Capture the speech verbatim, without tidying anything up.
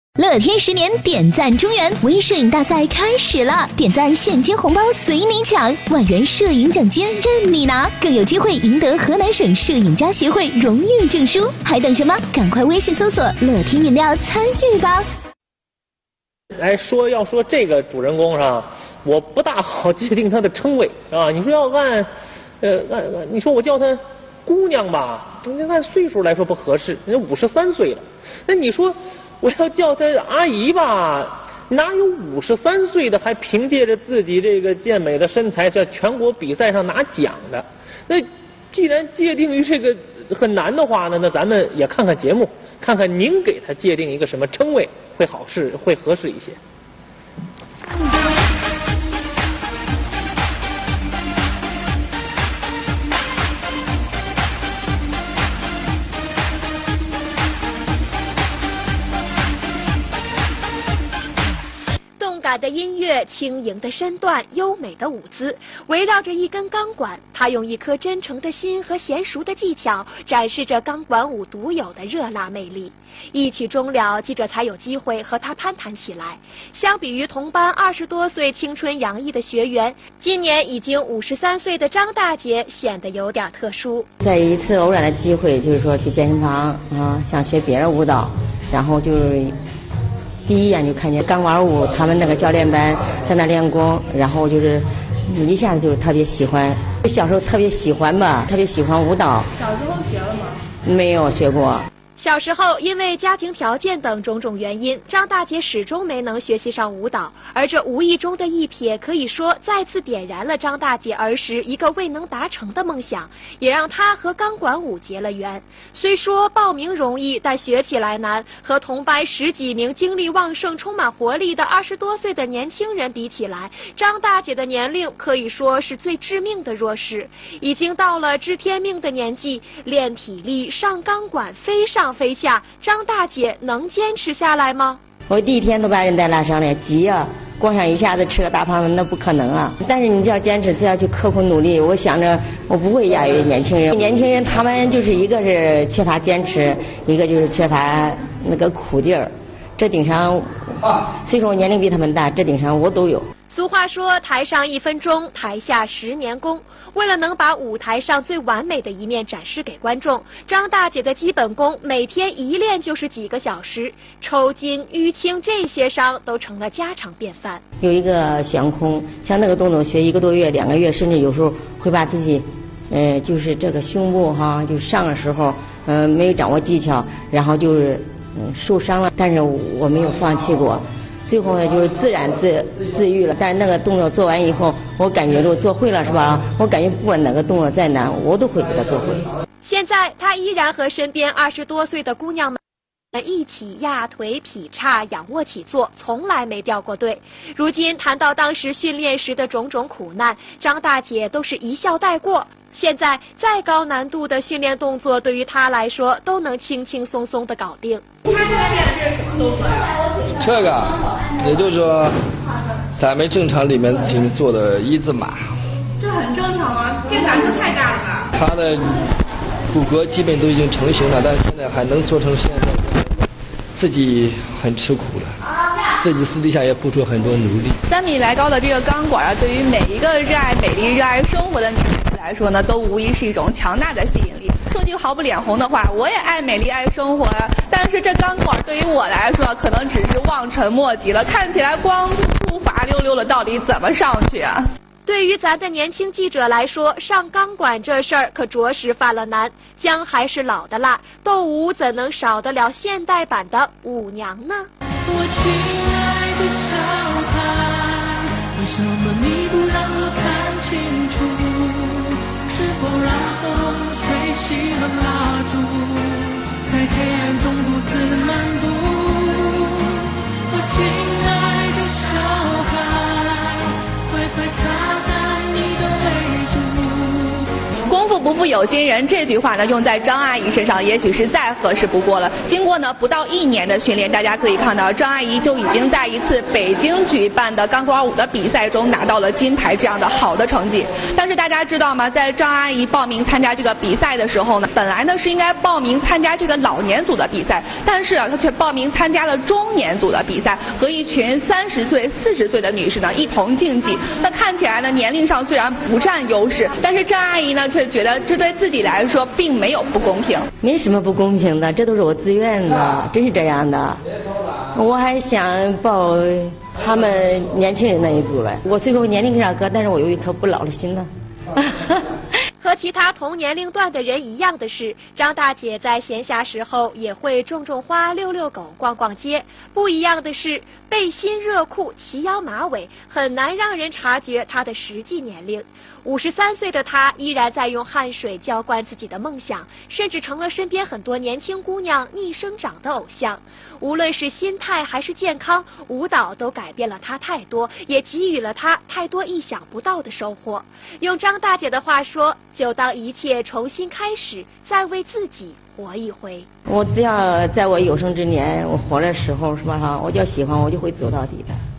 乐天十年点赞中原微摄影大赛开始了，点赞现金红包随你抢，万元摄影奖金任你拿，更有机会赢得河南省摄影家协会荣誉证书。还等什么？赶快微信搜索乐天饮料参与吧。 来说要说这个主人公上，我不大好界定他的称谓啊。你说要按，呃，按按，你说我叫他姑娘吧，你按岁数来说不合适，人家五十三岁了。那你说我要叫她阿姨吧，哪有五十三岁的还凭借着自己这个健美的身材在全国比赛上拿奖的？那既然界定于这个很难的话呢，那咱们也看看节目，看看您给他界定一个什么称谓会好适，会合适一些。 动感的音乐，轻盈的身段，优美的舞姿，围绕着一根钢管，他用一颗真诚的心和娴熟的技巧，展示着钢管舞独有的热辣魅力。一曲终了，记者才有机会和他攀谈起来。相比于同班二十多岁青春洋溢的学员，今年已经五十三岁的张大姐显得有点特殊。 在一次偶然的机会，就是说去健身房啊，想学别人舞蹈，然后就第一眼就看见钢管舞，他们那个教练班在那练功，然后就是一下子就特别喜欢。小时候特别喜欢吧，特别喜欢舞蹈。 小时候学了吗？ 没有学过。 小时候因为家庭条件等种种原因，张大姐始终没能学习上舞蹈，而这无意中的一瞥，可以说再次点燃了张大姐儿时一个未能达成的梦想，也让她和钢管舞结了缘。虽说报名容易，但学起来难，和同班十几名精力旺盛、充满活力的二十多岁的年轻人比起来，张大姐的年龄可以说是最致命的弱势。已经到了知天命的年纪，练体力、上钢管、飞上飞下，张大姐能坚持下来吗？ 我第一天都把人带拉伤了，急啊！光想一下子吃个大胖子那不可能啊！但是你就要坚持，只要去刻苦努力。我想着我不会亚于年轻人，年轻人他们就是一个是缺乏坚持，一个就是缺乏那个苦劲儿。这顶上，虽说我年龄比他们大，这顶上我都有。 俗话说，台上一分钟，台下十年功。为了能把舞台上最完美的一面展示给观众，张大姐的基本功每天一练就是几个小时，抽筋、淤青这些伤都成了家常便饭。 有一个悬空，像那个动作学一个多月、两个月，甚至有时候会把自己，呃，就是这个胸部哈，就上的时候，嗯、呃，没有掌握技巧，然后就是嗯受伤了，但是我没有放弃过。最后呢，就是自然自自愈了。但是那个动作做完以后，我感觉我做会了，是吧？我感觉不管哪个动作再难，我都会给他做会。 现在他依然和身边二十多岁的姑娘们一起压腿、劈叉、仰卧起坐，从来没掉过队。如今谈到当时训练时的种种苦难，张大姐都是一笑带过。现在再高难度的训练动作，对于她来说都能轻轻松松的搞定。 他现在练的这是什么动作呀？ 这个，也就是说，咱们正常里面请做的一字马。 这很正常啊，这个难度太大了吧？ 他的骨骼基本都已经成型了，但是现在还能做成现在，自己很吃苦了，自己私底下也付出很多努力。 三米来高的这个钢管啊，对于每一个热爱美丽、热爱生活的女人来说呢，都无疑是一种强大的吸引力。说句毫不脸红的话，我也爱美丽、爱生活呀、啊。但是这钢管对于我来说，可能只是望尘莫及了，看起来光秃秃、滑溜溜的，到底怎么上去啊？ 对于咱的年轻记者来说，上钢管这事儿可着实犯了难。姜还是老的辣，斗舞怎能少得了现代版的舞娘呢？ 我亲爱的小孩，为什么你不让我看清楚？是否让我吹熄了蜡烛，在黑暗中独自漫步？我亲爱的小孩，快快擦干你的泪珠。 功夫不负腹有心人这句话呢，用在张阿姨身上，也许是再合适不过了。经过呢不到一年的训练，大家可以看到，张阿姨就已经在一次北京举办的钢管舞的比赛中拿到了金牌这样的好的成绩。但是大家知道吗？在张阿姨报名参加这个比赛的时候呢，本来呢是应该报名参加这个老年组的比赛，但是啊，她却报名参加了中年组的比赛，和一群三十岁、四十岁的女士呢一同竞技。那看起来呢，年龄上虽然不占优势，但是张阿姨呢却觉得这对自己来说并没有不公平。 没什么不公平的，这都是我自愿的，真是这样的。我还想报他们年轻人那一组了。我虽说年龄上搁，但是我有一颗不老的心呢。 和其他同年龄段的人一样的是，张大姐在闲暇时候也会种种花、遛遛狗、逛逛街。不一样的是，背心、热裤、齐腰马尾，很难让人察觉她的实际年龄。五十三岁的她依然在用汗水浇灌自己的梦想，甚至成了身边很多年轻姑娘逆生长的偶像。无论是心态还是健康，舞蹈都改变了她太多，也给予了她太多意想不到的收获。用张大姐的话说，就当一切重新开始，再为自己活一回。 我只要在我有生之年，我活的时候是吧哈，我就喜欢，我就会走到底的。